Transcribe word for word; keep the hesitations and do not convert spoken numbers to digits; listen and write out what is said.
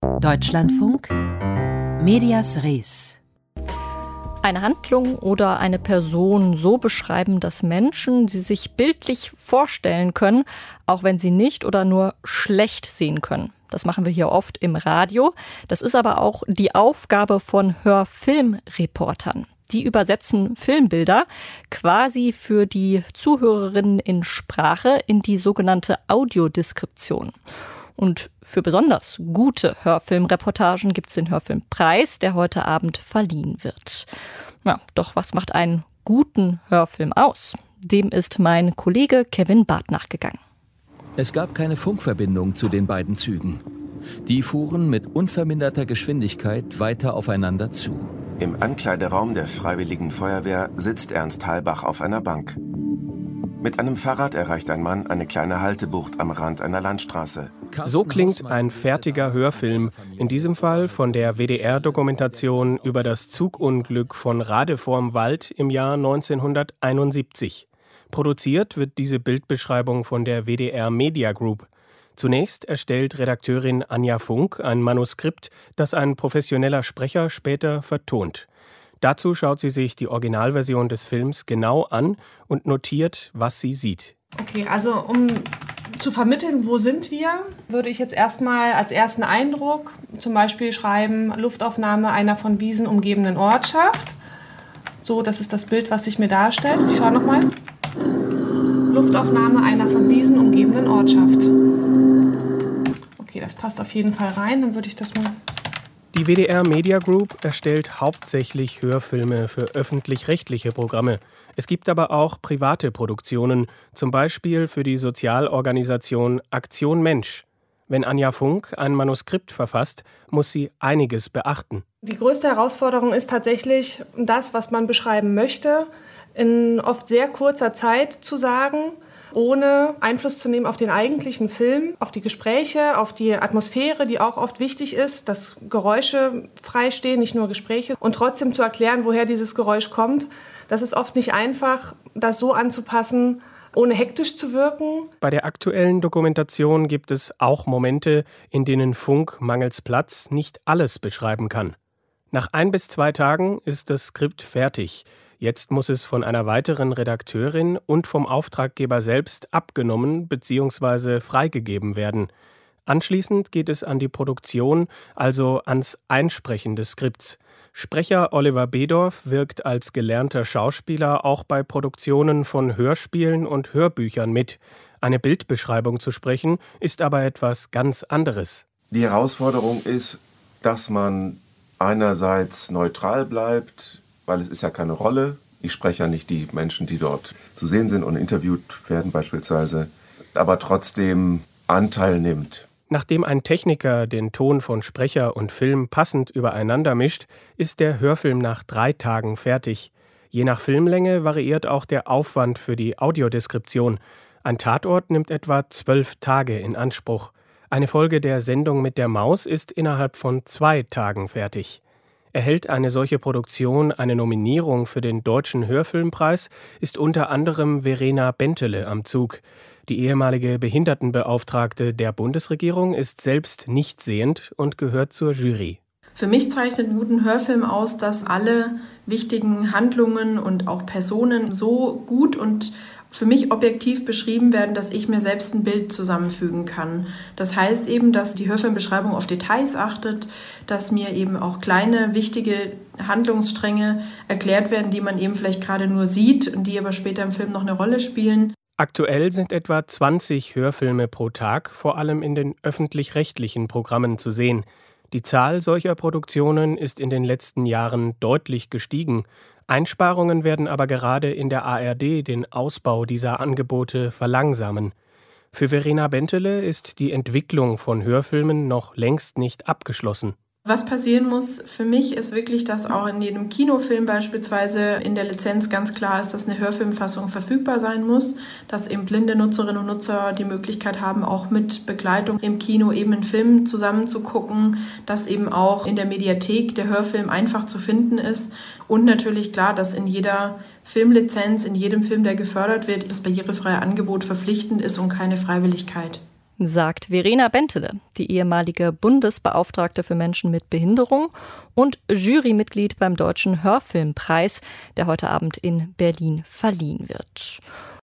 Deutschlandfunk Medias Res. Eine Handlung oder eine Person so beschreiben, dass Menschen sie sich bildlich vorstellen können, auch wenn sie nicht oder nur schlecht sehen können. Das machen wir hier oft im Radio. Das ist aber auch die Aufgabe von Hörfilmreportern. Die übersetzen Filmbilder quasi für die Zuhörerinnen in Sprache in die sogenannte Audiodeskription. Und für besonders gute Hörfilmreportagen gibt es den Hörfilmpreis, der heute Abend verliehen wird. Ja, doch was macht einen guten Hörfilm aus? Dem ist mein Kollege Kevin Barth nachgegangen. Es gab keine Funkverbindung zu den beiden Zügen. Die fuhren mit unverminderter Geschwindigkeit weiter aufeinander zu. Im Ankleideraum der Freiwilligen Feuerwehr sitzt Ernst Halbach auf einer Bank. Mit einem Fahrrad erreicht ein Mann eine kleine Haltebucht am Rand einer Landstraße. So klingt ein fertiger Hörfilm, in diesem Fall von der W D R-Dokumentation über das Zugunglück von Radevormwald im Jahr neunzehnhunderteinundsiebzig. Produziert wird diese Bildbeschreibung von der W D R Media Group. Zunächst erstellt Redakteurin Anja Funk ein Manuskript, das ein professioneller Sprecher später vertont. Dazu schaut sie sich die Originalversion des Films genau an und notiert, was sie sieht. Okay, also um zu vermitteln, wo sind wir, würde ich jetzt erstmal als ersten Eindruck zum Beispiel schreiben, Luftaufnahme einer von Wiesen umgebenen Ortschaft. So, das ist das Bild, was sich mir darstellt. Ich schaue nochmal. Luftaufnahme einer von Wiesen umgebenen Ortschaft. Okay, das passt auf jeden Fall rein, dann würde ich das mal... Die W D R Media Group erstellt hauptsächlich Hörfilme für öffentlich-rechtliche Programme. Es gibt aber auch private Produktionen, zum Beispiel für die Sozialorganisation Aktion Mensch. Wenn Anja Funk ein Manuskript verfasst, muss sie einiges beachten. Die größte Herausforderung ist tatsächlich, das, was man beschreiben möchte, in oft sehr kurzer Zeit zu sagen, ohne Einfluss zu nehmen auf den eigentlichen Film, auf die Gespräche, auf die Atmosphäre, die auch oft wichtig ist, dass Geräusche frei stehen, nicht nur Gespräche, und trotzdem zu erklären, woher dieses Geräusch kommt. Das ist oft nicht einfach, das so anzupassen, ohne hektisch zu wirken. Bei der aktuellen Dokumentation gibt es auch Momente, in denen Funk mangels Platz nicht alles beschreiben kann. Nach ein bis zwei Tagen ist das Skript fertig. Jetzt muss es von einer weiteren Redakteurin und vom Auftraggeber selbst abgenommen bzw. freigegeben werden. Anschließend geht es an die Produktion, also ans Einsprechen des Skripts. Sprecher Oliver Bedorf wirkt als gelernter Schauspieler auch bei Produktionen von Hörspielen und Hörbüchern mit. Eine Bildbeschreibung zu sprechen, ist aber etwas ganz anderes. Die Herausforderung ist, dass man einerseits neutral bleibt, weil es ist ja keine Rolle. Ich spreche ja nicht die Menschen, die dort zu sehen sind und interviewt werden beispielsweise, aber trotzdem Anteil nimmt. Nachdem ein Techniker den Ton von Sprecher und Film passend übereinander mischt, ist der Hörfilm nach drei Tagen fertig. Je nach Filmlänge variiert auch der Aufwand für die Audiodeskription. Ein Tatort nimmt etwa zwölf Tage in Anspruch. Eine Folge der Sendung mit der Maus ist innerhalb von zwei Tagen fertig. Erhält eine solche Produktion eine Nominierung für den Deutschen Hörfilmpreis, ist unter anderem Verena Bentele am Zug. Die ehemalige Behindertenbeauftragte der Bundesregierung ist selbst nicht sehend und gehört zur Jury. Für mich zeichnet einen guten Hörfilm aus, dass alle wichtigen Handlungen und auch Personen so gut und für mich objektiv beschrieben werden, dass ich mir selbst ein Bild zusammenfügen kann. Das heißt eben, dass die Hörfilmbeschreibung auf Details achtet, dass mir eben auch kleine, wichtige Handlungsstränge erklärt werden, die man eben vielleicht gerade nur sieht und die aber später im Film noch eine Rolle spielen. Aktuell sind etwa zwanzig Hörfilme pro Tag, vor allem in den öffentlich-rechtlichen Programmen zu sehen. Die Zahl solcher Produktionen ist in den letzten Jahren deutlich gestiegen. Einsparungen werden aber gerade in der A R D den Ausbau dieser Angebote verlangsamen. Für Verena Bentele ist die Entwicklung von Hörfilmen noch längst nicht abgeschlossen. Was passieren muss für mich ist wirklich, dass auch in jedem Kinofilm beispielsweise in der Lizenz ganz klar ist, dass eine Hörfilmfassung verfügbar sein muss, dass eben blinde Nutzerinnen und Nutzer die Möglichkeit haben, auch mit Begleitung im Kino eben einen Film zusammen zu gucken, dass eben auch in der Mediathek der Hörfilm einfach zu finden ist und natürlich klar, dass in jeder Filmlizenz, in jedem Film, der gefördert wird, das barrierefreie Angebot verpflichtend ist und keine Freiwilligkeit. sagt Verena Bentele, die ehemalige Bundesbeauftragte für Menschen mit Behinderung und Jurymitglied beim Deutschen Hörfilmpreis, der heute Abend in Berlin verliehen wird.